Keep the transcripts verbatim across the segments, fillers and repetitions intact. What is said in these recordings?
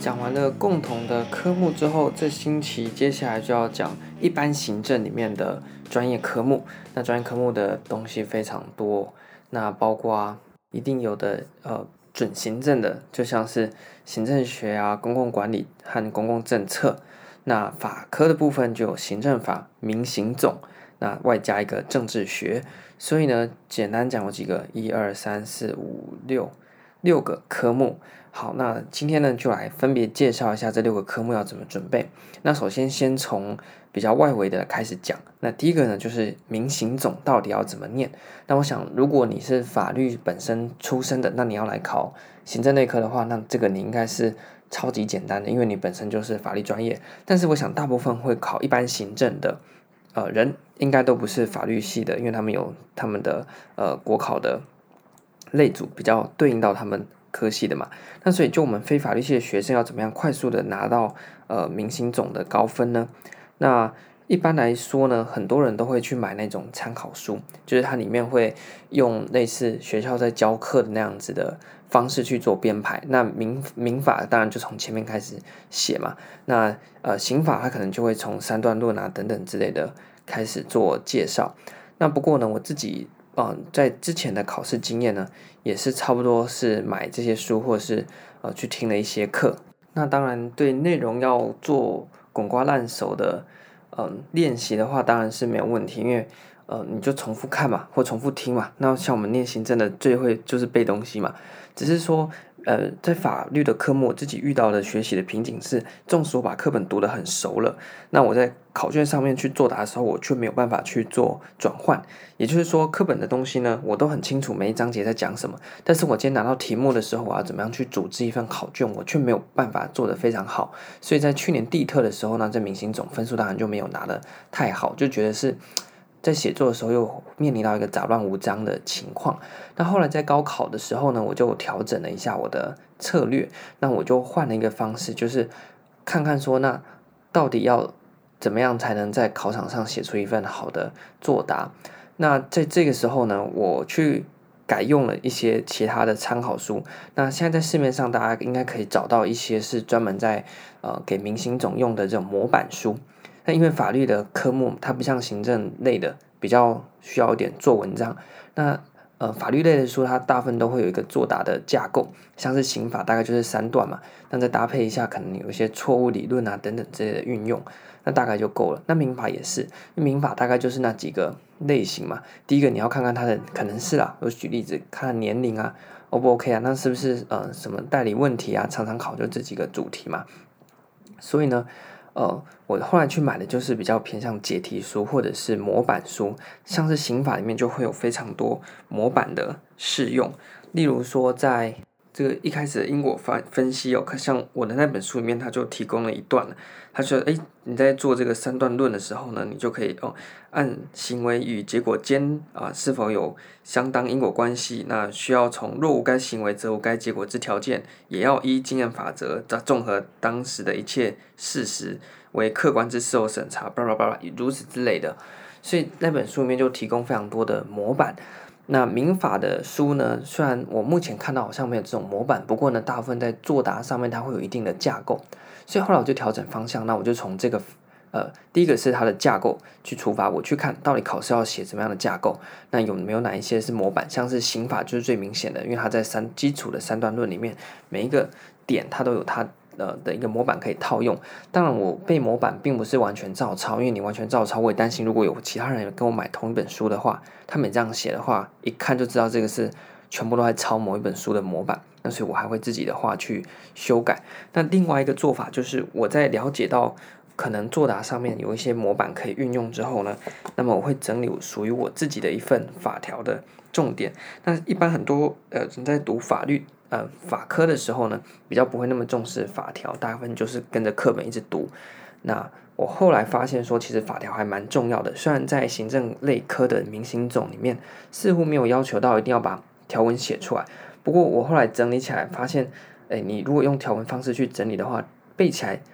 讲完了共同的科目之后，这星期接下来就要讲一般行政里面的专业科目。那专业科目的东西非常多，那包括一定有的呃准行政的，就像是行政学啊、公共管理和公共政策。那法科的部分就有行政法、民刑总，那外加一个政治学。所以呢，简单讲有几个，一二三四五六六个科目。好，那今天呢就来分别介绍一下这六个科目要怎么准备。那首先先从比较外围的开始讲。那第一个呢就是民刑总到底要怎么念。那我想如果你是法律本身出身的，那你要来考行政类科的话，那这个你应该是超级简单的，因为你本身就是法律专业。但是我想大部分会考一般行政的呃人应该都不是法律系的，因为他们有他们的呃国考的类组比较对应到他们科系的嘛。那所以就我们非法律系的学生要怎么样快速的拿到呃民刑总的高分呢？那一般来说呢，很多人都会去买那种参考书，就是它里面会用类似学校在教课的那样子的方式去做编排。那民民法当然就从前面开始写嘛，那呃刑法它可能就会从三段论啊等等之类的开始做介绍。那不过呢，我自己呃在之前的考试经验呢，也是差不多是买这些书，或者是呃去听了一些课。那当然对内容要做滚瓜烂熟的嗯练习的话，当然是没有问题，因为呃你就重复看嘛，或重复听嘛。那像我们念行政的最会就是背东西嘛，只是说呃在法律的科目我自己遇到的学习的瓶颈是，纵使我把课本读得很熟了，那我在考卷上面去作答的时候，我却没有办法去做转换。也就是说，课本的东西呢，我都很清楚每一章节在讲什么，但是我今天拿到题目的时候，我要怎么样去组织一份考卷，我却没有办法做得非常好。所以在去年地特的时候呢，这民刑总分数当然就没有拿得太好，就觉得是在写作的时候又面临到一个杂乱无章的情况。那后来在高考的时候呢，我就调整了一下我的策略，那我就换了一个方式，就是看看说，那到底要怎么样才能在考场上写出一份好的作答。那在这个时候呢，我去改用了一些其他的参考书。那现在在市面上大家应该可以找到一些是专门在呃给民刑总用的这种模板书。那因为法律的科目它不像行政类的比较需要一点做文章，那呃法律类的书它大部分都会有一个作答的架构，像是刑法大概就是三段嘛，那再搭配一下可能有一些错误理论啊等等之类的运用，那大概就够了。那民法也是，因为民法大概就是那几个类型嘛。第一个你要看看它的可能是啦，我举例子，看年龄啊 ，O 不 OK 啊？那是不是呃什么代理问题啊？常常考就这几个主题嘛。所以呢，呃，我后来去买的就是比较偏向解题书或者是模板书，像是刑法里面就会有非常多模板的适用，例如说在这个一开始的因果分分析哦，像我的那本书里面，它就提供了一段了。他说：“哎，你在做这个三段论的时候呢，你就可以哦，按行为与结果间啊是否有相当因果关系，那需要从若无该行为，则无该结果之条件，也要依经验法则，再综合当时的一切事实为客观之事后审查，巴拉巴拉，如此之类的。所以那本书里面就提供非常多的模板。”那民法的书呢，虽然我目前看到好像没有这种模板，不过呢，大部分在作答上面它会有一定的架构，所以后来我就调整方向，那我就从这个呃，第一个是它的架构去出发，我去看到底考试要写怎么样的架构，那有没有哪一些是模板，像是刑法就是最明显的，因为它在三基础的三段论里面，每一个点它都有它呃的一个模板可以套用。当然我背模板并不是完全照抄，因为你完全照抄，我也担心如果有其他人跟我买同一本书的话，他们这样写的话，一看就知道这个是全部都在抄某一本书的模板，那所以我还会自己的话去修改。那另外一个做法就是我在了解到可能作答上面有一些模板可以运用之后呢，那么我会整理属于我自己的一份法条的重点。那一般很多呃人在读法律呃法科的时候呢，比较不会那么重视法条，大部分就是跟着课本一直读。那我后来发现说，其实法条还蛮重要的，虽然在行政类科的民刑总里面似乎没有要求到一定要把条文写出来，不过我后来整理起来发现，哎，你如果用条文方式去整理的话，背起来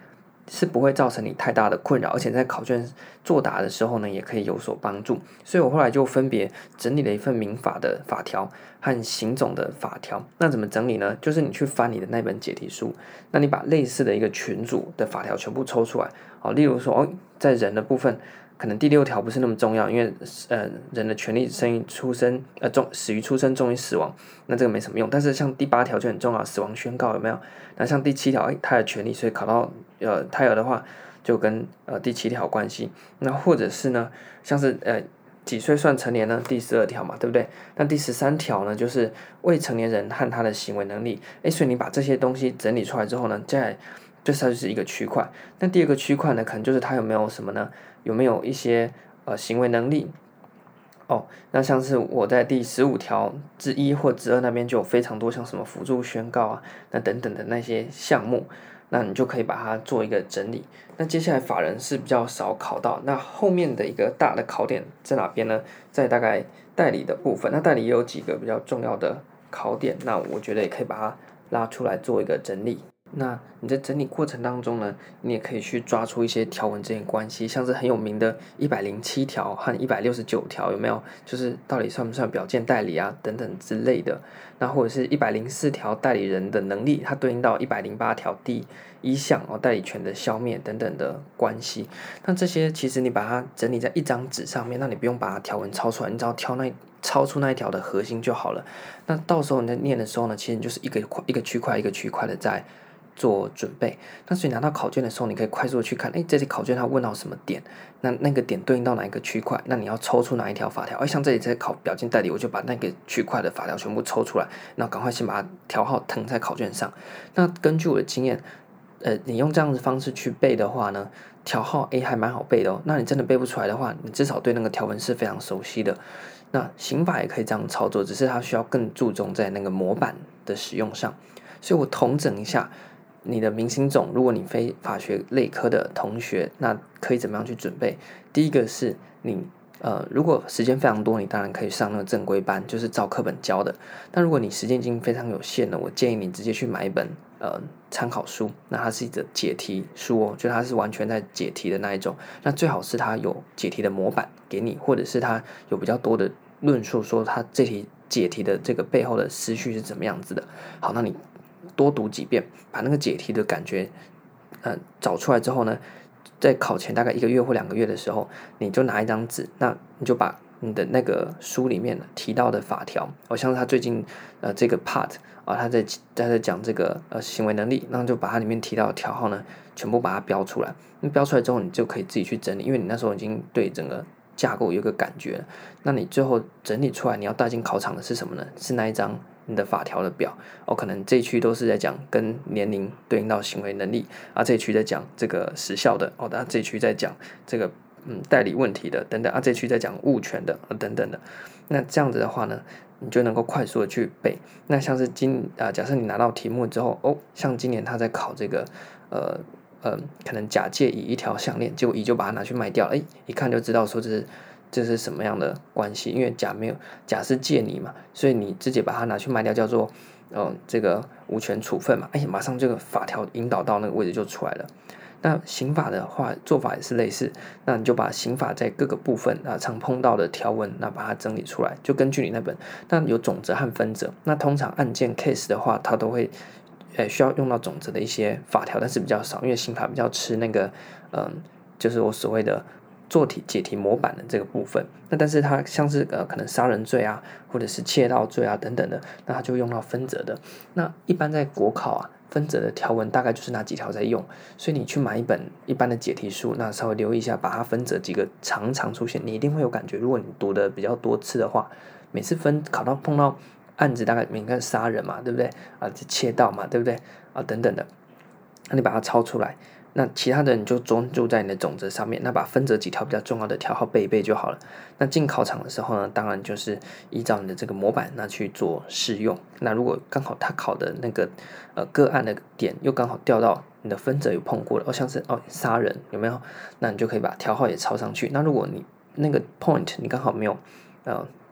是不会造成你太大的困扰，而且在考卷作答的时候呢，也可以有所帮助。所以我后来就分别整理了一份民法的法条和刑总的法条。那怎么整理呢？就是你去翻你的那本解题书，那你把类似的一个群组的法条全部抽出来。哦，例如说，哦，在人的部分，可能第六条不是那么重要，因为呃人的权利生于出生，呃重死于出生，重于死亡，那这个没什么用。但是像第八条就很重要，死亡宣告有没有？那像第七条，哎，他的权利，所以考到呃胎儿的话，就跟呃第七条有关系。那或者是呢，像是呃几岁算成年呢？第十二条嘛，对不对？那第十三条呢，就是未成年人和他的行为能力。哎，所以你把这些东西整理出来之后呢，再来这它就是一个区块。那第二个区块呢，可能就是他有没有什么呢？有没有一些呃行为能力？哦，那像是我在第十五条之一或之二那边就有非常多像什么辅助宣告啊，那等等的那些项目，那你就可以把它做一个整理。那接下来法人是比较少考到，那后面的一个大的考点在哪边呢？在大概代理的部分，那代理也有几个比较重要的考点，那我觉得也可以把它拉出来做一个整理。那你在整理过程当中呢，你也可以去抓出一些条文之间关系，像是很有名的一百零七条和一百六十九条有没有？就是到底算不算表见代理啊等等之类的。那或者是一百零四条代理人的能力，它对应到一百零八条第一项哦代理权的消灭等等的关系。那这些其实你把它整理在一张纸上面，那你不用把它条文抄出来，你只要挑那超出那一条的核心就好了。那到时候你在念的时候呢，其实你就是一个一个区块一个区块的在做准备。那所以拿到考卷的时候，你可以快速的去看，哎，这题考卷它问到什么点，那那个点对应到哪一个区块，那你要抽出哪一条法条。哎，像这里在考表见代理，我就把那个区块的法条全部抽出来，那赶快先把它条号誊在考卷上。那根据我的经验，呃，你用这样的方式去背的话呢，条号 A 还蛮好背的哦。那你真的背不出来的话，你至少对那个条文是非常熟悉的。那刑法也可以这样操作，只是它需要更注重在那个模板的使用上。所以我统整一下你的明星总，如果你非法学类科的同学，那可以怎么样去准备？第一个是你呃，如果时间非常多，你当然可以上那个正规班，就是照课本教的。但如果你时间已经非常有限了，我建议你直接去买一本呃参考书，那它是一个解题书哦，就它是完全在解题的那一种。那最好是它有解题的模板给你，或者是它有比较多的论述，说它这题解题的这个背后的思绪是怎么样子的。好，那你多读几遍，把那个解题的感觉，呃，找出来之后呢，在考前大概一个月或两个月的时候，你就拿一张纸，那你就把你的那个书里面提到的法条，好像是他最近呃这个 part 啊，他在他在讲这个呃行为能力，那就把它里面提到的条号呢，全部把它标出来。那标出来之后，你就可以自己去整理，因为你那时候已经对整个架构有个感觉了。那你最后整理出来，你要带进考场的是什么呢？是那一张你的法条的表哦，可能这一区都是在讲跟年龄对应到行为能力啊，这一区在讲这个时效的哦，那这一区在讲这个嗯代理问题的等等啊，这一区在讲物权的啊等等的。那这样子的话呢，你就能够快速的去背。那像是今啊，假设你拿到题目之后哦，像今年他在考这个呃呃，可能假借乙一条项链，结果乙就把它拿去卖掉了，哎，一看就知道说这是。这是什么样的关系？因为甲没有甲是借你嘛，所以你直接把它拿去卖掉，叫做呃这个无权处分嘛。哎，马上这个法条引导到那个位置就出来了。那刑法的话做法也是类似，那你就把刑法在各个部分啊常碰到的条文，那把它整理出来，就根据你那本，那有总则和分则。那通常案件 case 的话，它都会呃需要用到总则的一些法条，但是比较少，因为刑法比较吃那个嗯、呃，就是我所谓的。做题解题模板的这个部分，那但是它像是呃可能杀人罪啊，或者是窃盗罪啊等等的，那它就用到分则的。那一般在国考啊，分则的条文大概就是那几条在用，所以你去买一本一般的解题书，那稍微留意一下，把它分则几个常常出现，你一定会有感觉。如果你读的比较多次的话，每次分考到碰到案子，大概你看杀人嘛，对不对啊？窃盗嘛，对不对啊？等等的，那你把它抄出来。那其他的你就专注在你的总则上面，那把分则几条比较重要的条号背一背就好了。那进考场的时候呢，当然就是依照你的这个模板那去做试用。那如果刚好他考的那个呃个案的点又刚好调到你的分则有碰过了，哦像是哦杀人有没有？那你就可以把条号也抄上去。那如果你那个 point 你刚好没有呃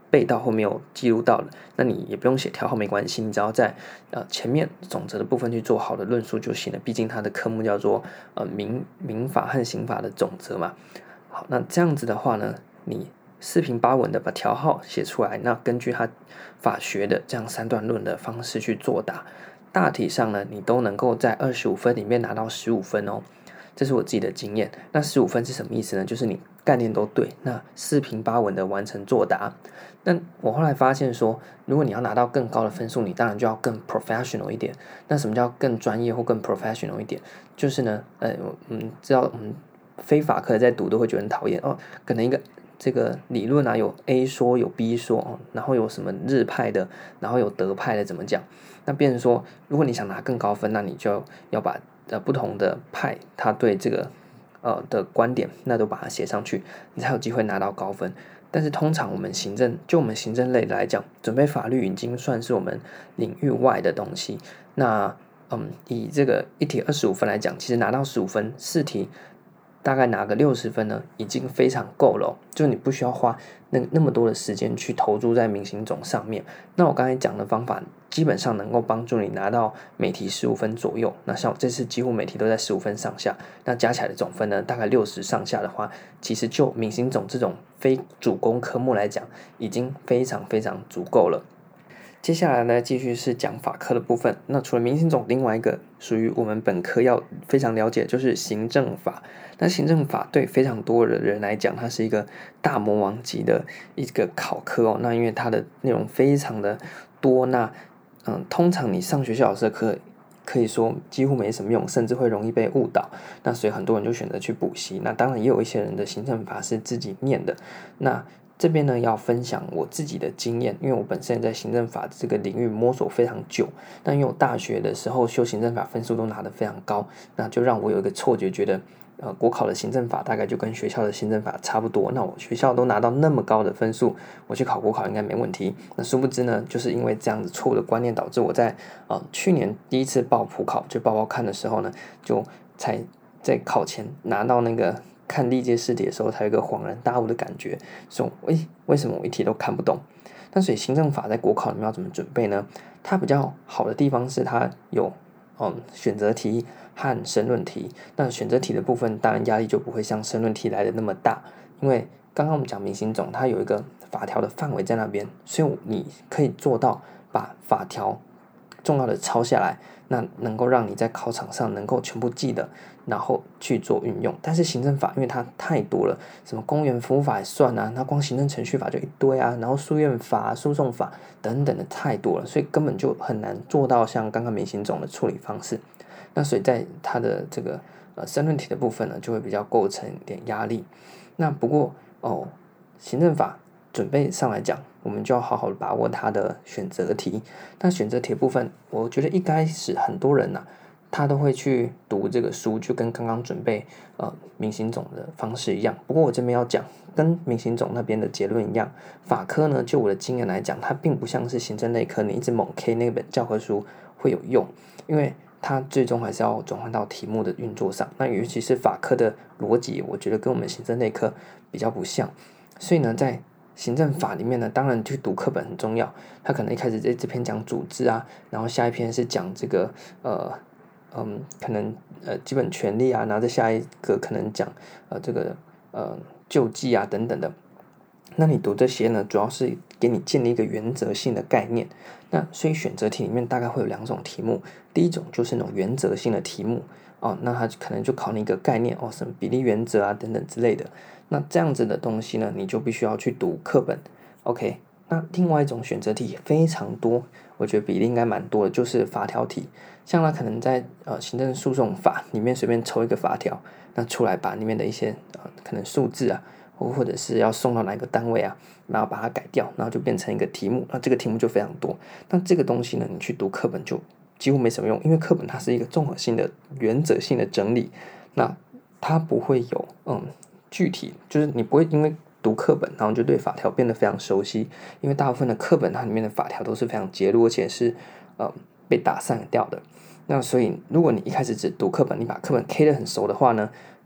背到或没有记录到的，那你也不用写条号没关系，你只要在呃前面总则的部分去做好的论述就行了。毕竟它的科目叫做呃民民法和刑法的总则嘛。好，那这样子的话呢，你四平八稳的把条号写出来，那根据它法学的这样三段论的方式去作答，大体上呢，你都能够在二十五分里面拿到十五分哦。这是我自己的经验。那十五分是什么意思呢？就是你概念都对，那四平八稳的完成作答。但我后来发现说，如果你要拿到更高的分数，你当然就要更 professional 一点。那什么叫更专业或更 professional 一点？就是呢，呃，嗯，知道我们非法科在读都会觉得很讨厌哦，可能一个这个理论啊，有 A 说有 B 说哦，然后有什么日派的，然后有德派的怎么讲？那变成说，如果你想拿更高分，那你就要把呃不同的派他对这个呃的观点，那都把它写上去，你才有机会拿到高分。但是通常我们行政就我们行政类来讲，准备法律已经算是我们领域外的东西。那嗯，以这个一题二十五分来讲，其实拿到十五分，四题大概拿个六十分呢，已经非常够了哦。就你不需要花那那么多的时间去投注在民刑总上面。那我刚才讲的方法，基本上能够帮助你拿到每题十五分左右。那像我这次几乎每题都在十五分上下，那加起来的总分呢，大概六十上下的话，其实就民刑总这种非主攻科目来讲，已经非常非常足够了。接下来呢，继续是讲法科的部分。那除了民刑总，另外一个属于我们本科要非常了解，就是行政法。那行政法对非常多的人来讲，它是一个大魔王级的一个考科哦。那因为它的内容非常的多，那嗯，通常你上学校老师的课，可以说几乎没什么用，甚至会容易被误导。那所以很多人就选择去补习。那当然也有一些人的行政法是自己念的。那这边呢要分享我自己的经验，因为我本身在行政法这个领域摸索非常久，但因为我大学的时候修行政法分数都拿得非常高，那就让我有一个错觉，觉得呃国考的行政法大概就跟学校的行政法差不多，那我学校都拿到那么高的分数，我去考国考应该没问题。那殊不知呢，就是因为这样子错误的观念，导致我在呃去年第一次报普考就报报看的时候呢，就才在考前拿到那个看历届试题的时候，才有一个恍然大悟的感觉，说，诶，为什么我一题都看不懂？那所以行政法在国考里面要怎么准备呢？它比较好的地方是它有嗯选择题和申论题。那选择题的部分，当然压力就不会像申论题来的那么大，因为刚刚我们讲民刑总，它有一个法条的范围在那边，所以你可以做到把法条重要的抄下来，那能够让你在考场上能够全部记得，然后去做运用。但是行政法因为它太多了，什么公园服务法也算啊，那光行政程序法就一堆啊，然后诉愿法、诉讼法等等的太多了，所以根本就很难做到像刚刚民刑总的处理方式。那所以在它的这个呃申论题的部分呢，就会比较构成一点压力。那不过哦，行政法准备上来讲，我们就要好好的把握它的选择题。那选择题的部分，我觉得一开始很多人呐、啊，他都会去读这个书，就跟刚刚准备呃民刑总的方式一样。不过我这边要讲，跟民刑总那边的结论一样，法科呢，就我的经验来讲，它并不像是行政类科，你一直猛 K 那本教科书会有用，因为它最终还是要转换到题目的运作上。那尤其是法科的逻辑，我觉得跟我们行政类科比较不像。所以呢，在行政法里面呢，当然去读课本很重要。他可能一开始在这篇讲组织啊，然后下一篇是讲这个呃嗯，可能呃基本权利啊，然后再下一个可能讲呃这个呃救济啊等等的。那你读这些呢，主要是给你建立一个原则性的概念。那所以选择题里面大概会有两种题目，第一种就是那种原则性的题目哦，那它可能就考你一个概念哦，什么比例原则啊等等之类的。那这样子的东西呢，你就必须要去读课本 ，OK。那另外一种选择题非常多，我觉得比例应该蛮多的，就是法条题。像他可能在呃行政诉讼法里面随便抽一个法条，那出来把里面的一些呃可能数字啊，或或者是要送到哪个单位啊，然后把它改掉，然后就变成一个题目。那这个题目就非常多。那这个东西呢，你去读课本就几乎没什么用，因为课本它是一个综合性的、原则性的整理，那它不会有嗯。具体就是你不会因为读课本然后就对法条变得非常熟悉，因为大部分的课本它里面的法条都是非常节录，而且是呃被打散掉的。那所以如果你一开始只读课本，你把课本 K 得很熟的话呢，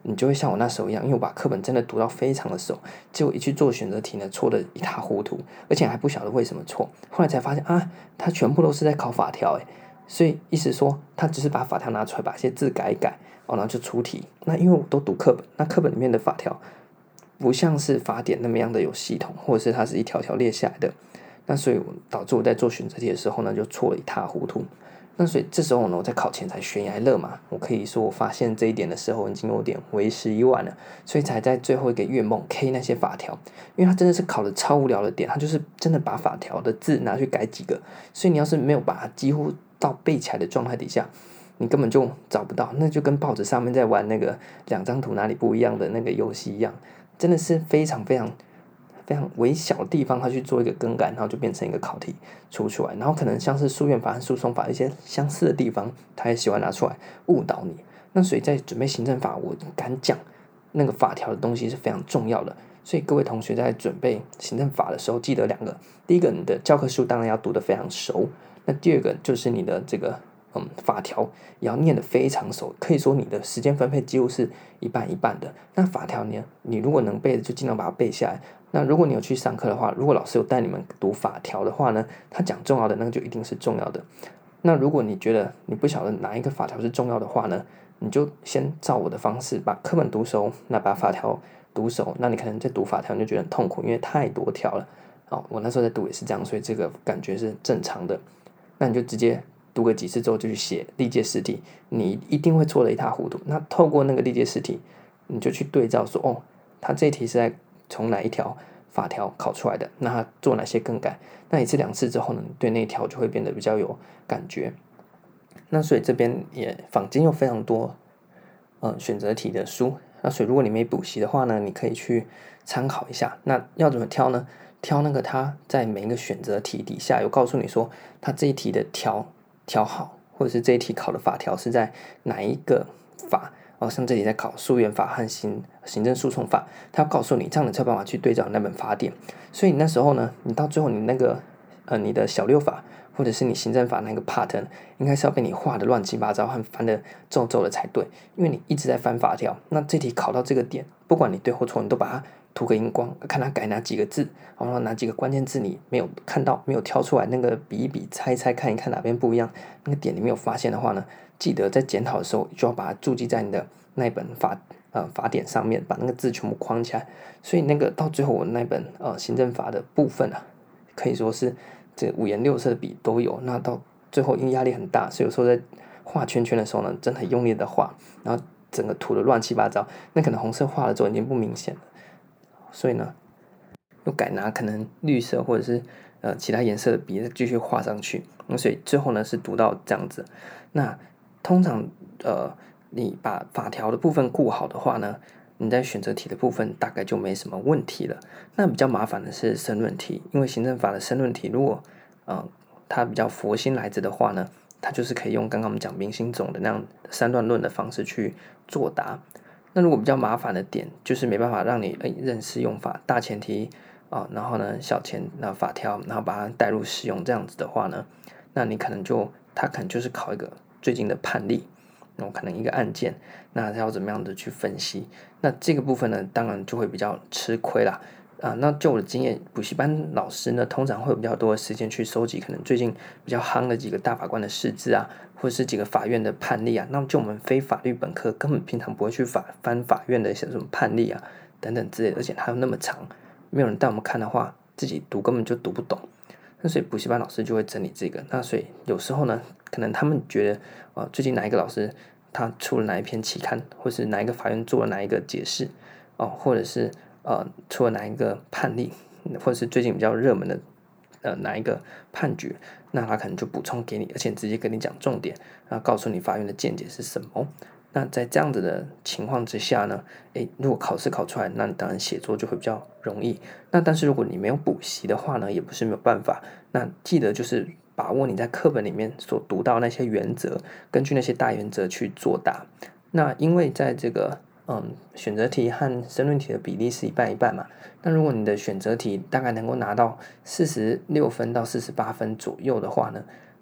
你就会像我那时候一样，因为我把课本真的读到非常的熟，结果一去做选择题呢，错得一塌糊涂，而且还不晓得为什么错。后来才发现啊，它全部都是在考法条，诶，所以意思说，他只是把法条拿出来，把一些字改一改，哦，然后就出题。那因为我都读课本，那课本里面的法条不像是法典那么样的有系统，或者是它是一条条列下来的，那所以导致我在做选择题的时候呢，就错了一塌糊涂。那所以这时候呢，我在考前才悬崖勒马，我可以说我发现这一点的时候已经有点为时已晚了，所以才在最后一个月梦 K 那些法条，因为它真的是考的超无聊的点，它就是真的把法条的字拿去改几个，所以你要是没有把它几乎到背起来的状态底下，你根本就找不到，那就跟报纸上面在玩那个两张图哪里不一样的那个游戏一样，真的是非常非常非常微小的地方，它去做一个更改，然后就变成一个考题出出来。然后可能像是诉愿法和诉讼法一些相似的地方，他也喜欢拿出来误导你。那所以在准备行政法，我敢讲那个法条的东西是非常重要的。所以各位同学在准备行政法的时候，记得两个：第一个，你的教科书当然要读得非常熟；那第二个就是你的这个嗯法条也要念得非常熟，可以说你的时间分配几乎是一半一半的。那法条呢，你如果能背的就尽量把它背下来。那如果你有去上课的话，如果老师有带你们读法条的话呢，他讲重要的那个就一定是重要的。那如果你觉得你不晓得哪一个法条是重要的话呢，你就先照我的方式把课本读熟，那把法条读熟。那你可能在读法条你就觉得很痛苦，因为太多条了。哦，我那时候在读也是这样，所以这个感觉是正常的。那你就直接读个几次之后就去写历届试题，你一定会错得一塌糊涂。那透过那个历届试题，你就去对照说，哦，他这一题是在从哪一条法条考出来的，那他做哪些更改，那一次两次之后呢，对那一条就会变得比较有感觉。那所以这边也坊间有非常多呃选择题的书，那所以如果你没补习的话呢，你可以去参考一下。那要怎么挑呢？挑那个他在每一个选择题底下有告诉你说，他这一题的条条好，或者是这一题考的法条是在哪一个法。哦，像这里在考诉愿法和行行政诉讼法，他要告诉你这样你才有办法去对照那本法典。所以你那时候呢，你到最后你那个呃你的小六法或者是你行政法那个 part 呢，应该是要被你画的乱七八糟和翻的皱皱的才对，因为你一直在翻法条。那这题考到这个点，不管你对或错，你都把它涂个荧光，看它改哪几个字，然后哪几个关键字你没有看到，没有挑出来，那个比一比，猜一猜，看一看哪边不一样，那个点你没有发现的话呢，记得在检讨的时候就要把它注记在你的那本法呃法典上面，把那个字全部框起来。所以那个到最后我那本呃行政法的部分啊，可以说是这五颜六色的笔都有。那到最后因为压力很大，所以有时候在画圈圈的时候呢，真的很用力的画，然后整个涂的乱七八糟。那可能红色画了之后已经不明显了，所以呢，又改拿可能绿色或者是呃其他颜色的笔继续画上去。那所以最后呢是读到这样子。那通常呃你把法条的部分顾好的话呢，你在选择题的部分大概就没什么问题了。那比较麻烦的是申论题，因为行政法的申论题如果呃它比较佛心来着的话呢，它就是可以用刚刚我们讲明星总的那样三段论的方式去作答。那如果比较麻烦的点，就是没办法让你诶认识用法，大前提啊、哦，然后呢小前那法条，然后把它带入使用这样子的话呢，那你可能就它可能就是考一个最近的判例，然后可能一个案件，那要怎么样的去分析？那这个部分呢，当然就会比较吃亏啦。啊，那就我的经验，补习班老师呢，通常会有比较多的时间去收集可能最近比较夯的几个大法官的释字啊，或者是几个法院的判例啊。那就我们非法律本科根本平常不会去法翻法院的一些什么判例啊等等之类的，而且还有那么长，没有人带我们看的话，自己读根本就读不懂。那所以补习班老师就会整理这个。那所以有时候呢，可能他们觉得啊、呃，最近哪一个老师他出了哪一篇期刊，或是哪一个法院做了哪一个解释哦，或者是呃出了哪一个判例，或者是最近比较热门的呃哪一个判决，那他可能就补充给你，而且直接跟你讲重点，然后告诉你法院的见解是什么。那在这样子的情况之下呢，诶，如果考试考出来，那你当然写作就会比较容易。那但是如果你没有补习的话呢，也不是没有办法。那记得就是把握你在课本里面所读到那些原则，根据那些大原则去作答。那因为在这个嗯选择题和申论题的比例是一半一半嘛，那如果你的选择题大概能够拿到四十六分到四十八分左右的话呢，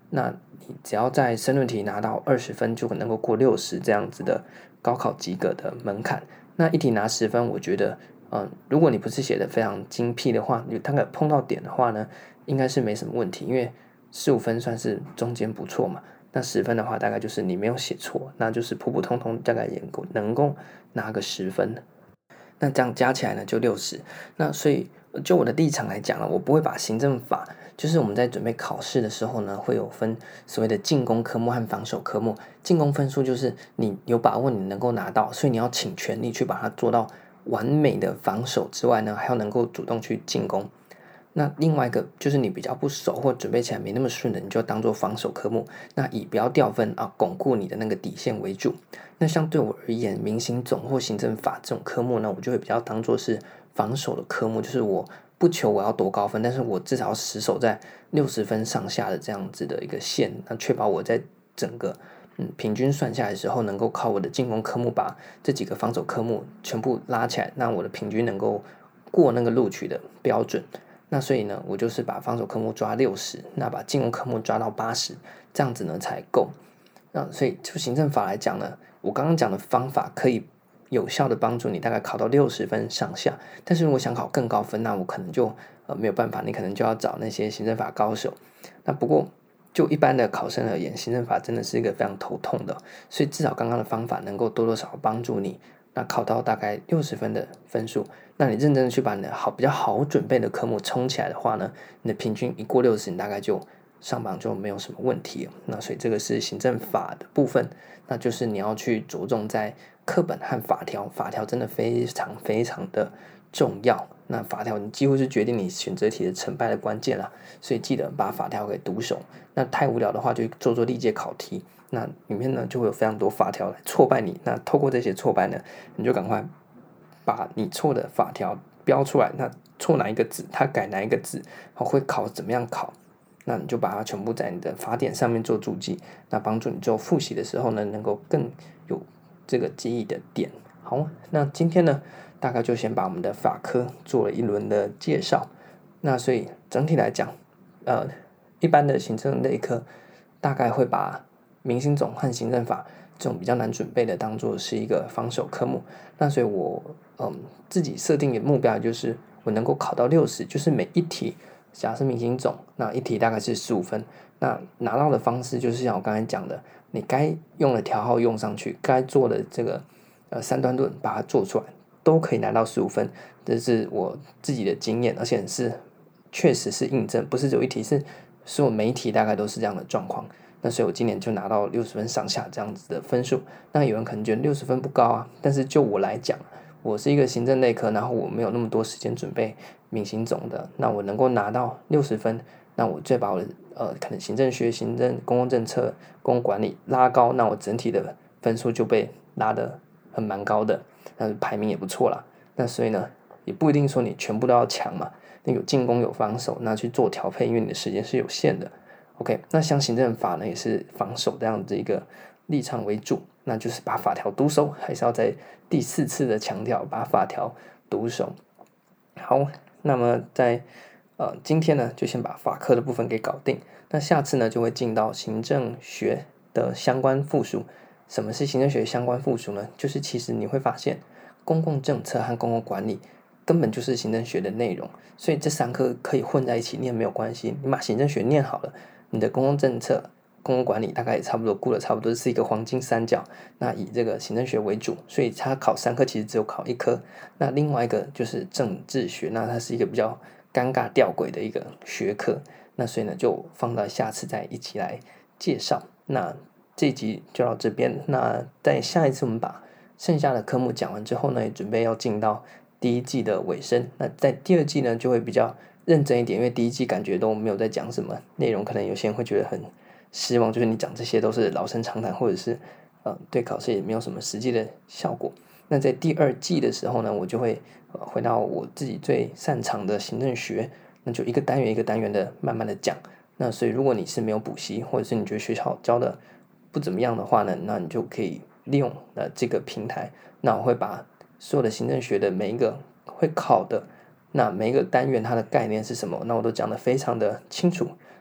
那你只要在申论题拿到二十分，就能够过六十这样子的高考及格的门槛。那一题拿十分，我觉得，嗯，如果你不是写的非常精辟的话，你大概碰到点的话呢，应该是没什么问题，因为十五分算是中间不错嘛。那十分的话，大概就是你没有写错，那就是普普通通，大概也够能够拿个十分。那这样加起来呢，就六十。那所以就我的立场来讲呢，我不会把行政法，就是我们在准备考试的时候呢，会有分所谓的进攻科目和防守科目。进攻分数就是你有把握你能够拿到，所以你要倾全力去把它做到完美的防守之外呢，还要能够主动去进攻。那另外一个就是你比较不熟或准备起来没那么顺的，你就当做防守科目，那以不要掉分啊，巩固你的那个底线为主。那相对我而言，民行总或行政法这种科目呢，我就会比较当做是防守的科目，就是我不求我要多高分，但是我至少要死守在六十分上下的这样子的一个线，那确保我在整个嗯平均算下来的时候，能够靠我的进攻科目把这几个防守科目全部拉起来，那我的平均能够过那个录取的标准。那所以呢，我就是把防守科目抓六十，那把进攻科目抓到八十，这样子呢才够。那所以就行政法来讲呢，我刚刚讲的方法可以有效的帮助你大概考到六十分上下。但是如果想考更高分，那我可能就呃没有办法，你可能就要找那些行政法高手。那不过就一般的考生而言，行政法真的是一个非常头痛的，所以至少刚刚的方法能够多多少少帮助你。那考到大概六十分的分数，那你认真的去把你的好比较好准备的科目冲起来的话呢，你的平均一过六十，你大概就上榜就没有什么问题了。那所以这个是行政法的部分，那就是你要去着重在课本和法条，法条真的非常非常的重要。那法条你几乎是决定你选择题的成败的关键啦，所以记得把法条给读熟。那太无聊的话，就做做历届考题。那里面呢就会有非常多法条来挫败你，那透过这些挫败呢，你就赶快把你错的法条标出来，那错哪一个字，他改哪一个字，会考怎么样考，那你就把它全部在你的法典上面做注记，那帮助你做复习的时候呢，能够更有这个记忆的点。好，那今天呢，大概就先把我们的法科做了一轮的介绍。那所以整体来讲，呃，一般的行政类科大概会把民行总和行政法这种比较难准备的当做是一个防守科目。那所以我嗯自己设定的目标就是我能够考到六十，就是每一题假设民行总那一题大概是十五分，那拿到的方式就是像我刚才讲的，你该用的条号用上去，该做的这个呃三段论把它做出来，都可以拿到十五分。这是我自己的经验，而且是确实是印证，不是只有一题，是所有每一题大概都是这样的状况。那所以我今年就拿到六十分上下这样子的分数。那有人可能觉得六十分不高啊，但是就我来讲，我是一个行政类科，然后我没有那么多时间准备民行总的，那我能够拿到六十分，那我再把我的呃可能行政学、行政、公共政策、公共管理拉高，那我整体的分数就被拉得很蛮高的，那排名也不错啦。那所以呢，也不一定说你全部都要强嘛，那有进攻有防守，那去做调配，因为你的时间是有限的。OK， 那像行政法呢，也是防守这样子一个立场为主，那就是把法条读熟，还是要在第四次的强调把法条读熟。好，那么在呃今天呢，就先把法科的部分给搞定，那下次呢就会进到行政学的相关附属。什么是行政学相关附属呢？就是其实你会发现，公共政策和公共管理根本就是行政学的内容，所以这三科可以混在一起念没有关系，你把行政学念好了，你的公共政策、公共管理大概也差不多顾的差不多是一个黄金三角，那以这个行政学为主，所以它考三科其实只有考一科。那另外一个就是政治学，那它是一个比较尴尬吊诡的一个学科，那所以呢就放到下次再一起来介绍。那这一集就到这边，那在下一次我们把剩下的科目讲完之后呢，也准备要进到第一季的尾声。那在第二季呢就会比较认真一点，因为第一季感觉都没有在讲什么内容，可能有些人会觉得很失望，就是你讲这些都是老生常谈，或者是呃对考试也没有什么实际的效果。那在第二季的时候呢，我就会、呃、回到我自己最擅长的行政学，那就一个单元一个单元的慢慢的讲。那所以如果你是没有补习，或者是你觉得学校教的不怎么样的话呢，那你就可以利用呃这个平台，那我会把所有的行政学的每一个会考的那每一个单元它的概念是什么，那我都讲得非常的清楚，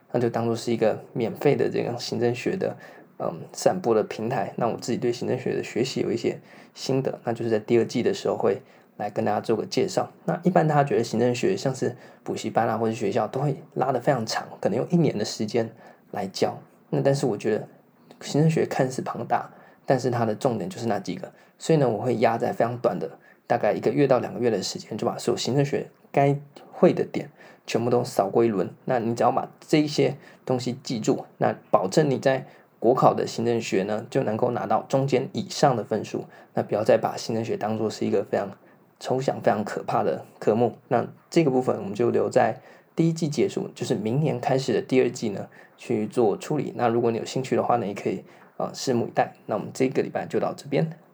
那就当做是一个免费的这个行政学的嗯散播的平台。那我自己对行政学的学习有一些心得，那就是在第二季的时候会来跟大家做个介绍。那一般大家觉得行政学像是补习班啊或者学校都会拉得非常长，可能用一年的时间来教。那但是我觉得行政学看似庞大，但是它的重点就是那几个，所以呢，我会压在非常短的，大概一个月到两个月的时间，就把所有行政学该会的点全部都扫过一轮。那你只要把这一些东西记住，那保证你在国考的行政学呢就能够拿到中间以上的分数。那不要再把行政学当作是一个非常抽象、非常可怕的科目。那这个部分我们就留在第一季结束，就是明年开始的第二季呢去做处理。那如果你有兴趣的话呢，也可以呃拭目以待。那我们这个礼拜就到这边。